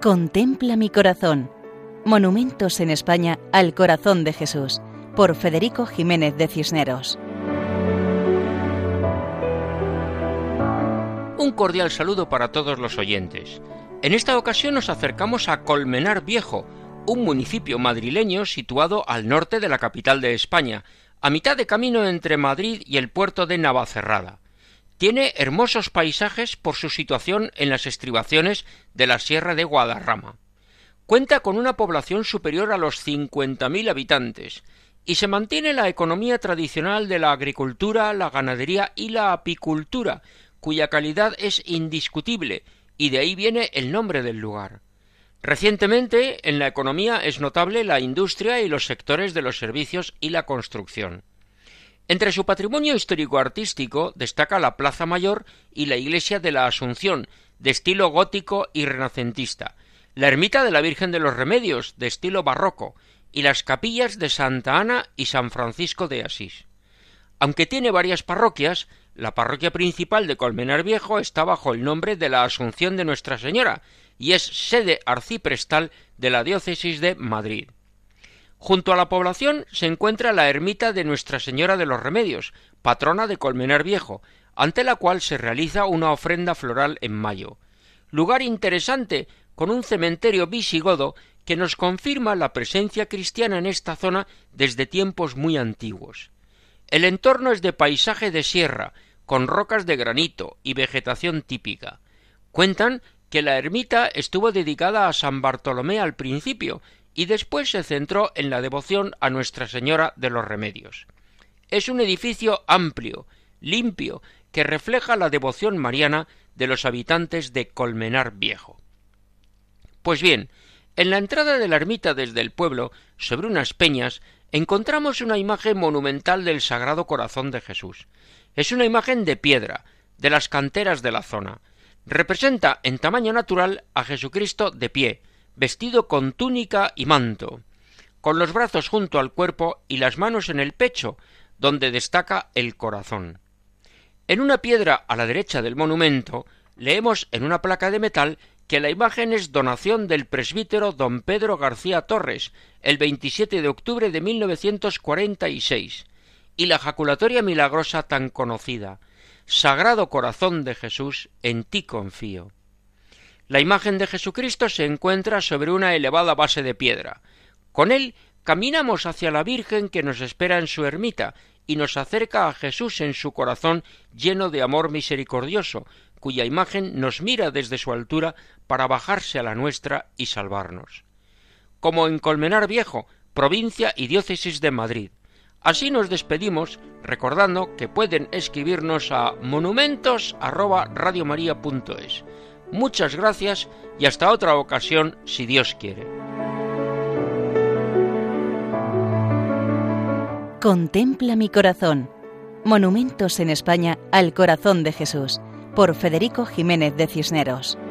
Contempla mi corazón. Monumentos en España al corazón de Jesús, por Federico Jiménez de Cisneros. Un cordial saludo para todos los oyentes. En esta ocasión nos acercamos a Colmenar Viejo, un municipio madrileño situado al norte de la capital de España, a mitad de camino entre Madrid y el puerto de Navacerrada. Tiene hermosos paisajes por su situación en las estribaciones de la Sierra de Guadarrama. Cuenta con una población superior a los 50.000 habitantes y se mantiene la economía tradicional de la agricultura, la ganadería y la apicultura, cuya calidad es indiscutible, y de ahí viene el nombre del lugar. Recientemente, en la economía es notable la industria y los sectores de los servicios y la construcción. Entre su patrimonio histórico-artístico destaca la Plaza Mayor y la Iglesia de la Asunción, de estilo gótico y renacentista, la Ermita de la Virgen de los Remedios, de estilo barroco, y las capillas de Santa Ana y San Francisco de Asís. Aunque tiene varias parroquias, la parroquia principal de Colmenar Viejo está bajo el nombre de la Asunción de Nuestra Señora y es sede arciprestal de la diócesis de Madrid. Junto a la población se encuentra la ermita de Nuestra Señora de los Remedios, patrona de Colmenar Viejo, ante la cual se realiza una ofrenda floral en mayo. Lugar interesante, con un cementerio visigodo que nos confirma la presencia cristiana en esta zona desde tiempos muy antiguos. El entorno es de paisaje de sierra, con rocas de granito y vegetación típica. Cuentan que la ermita estuvo dedicada a San Bartolomé al principio y después se centró en la devoción a Nuestra Señora de los Remedios. Es un edificio amplio, limpio, que refleja la devoción mariana de los habitantes de Colmenar Viejo. Pues bien, en la entrada de la ermita desde el pueblo, sobre unas peñas, encontramos una imagen monumental del Sagrado Corazón de Jesús. Es una imagen de piedra, de las canteras de la zona. Representa en tamaño natural a Jesucristo de pie, vestido con túnica y manto, con los brazos junto al cuerpo y las manos en el pecho, donde destaca el corazón. En una piedra a la derecha del monumento leemos en una placa de metal que la imagen es donación del presbítero don Pedro García Torres, el 27 de octubre de 1946, y la jaculatoria milagrosa tan conocida: Sagrado Corazón de Jesús, en ti confío. La imagen de Jesucristo se encuentra sobre una elevada base de piedra. Con él caminamos hacia la Virgen que nos espera en su ermita y nos acerca a Jesús en su corazón lleno de amor misericordioso, cuya imagen nos mira desde su altura para bajarse a la nuestra y salvarnos. Como en Colmenar Viejo, provincia y diócesis de Madrid. Así nos despedimos, recordando que pueden escribirnos a monumentos@radiomaria.es. Muchas gracias y hasta otra ocasión, si Dios quiere. Contempla mi corazón. Monumentos en España al corazón de Jesús, por Federico Jiménez de Cisneros.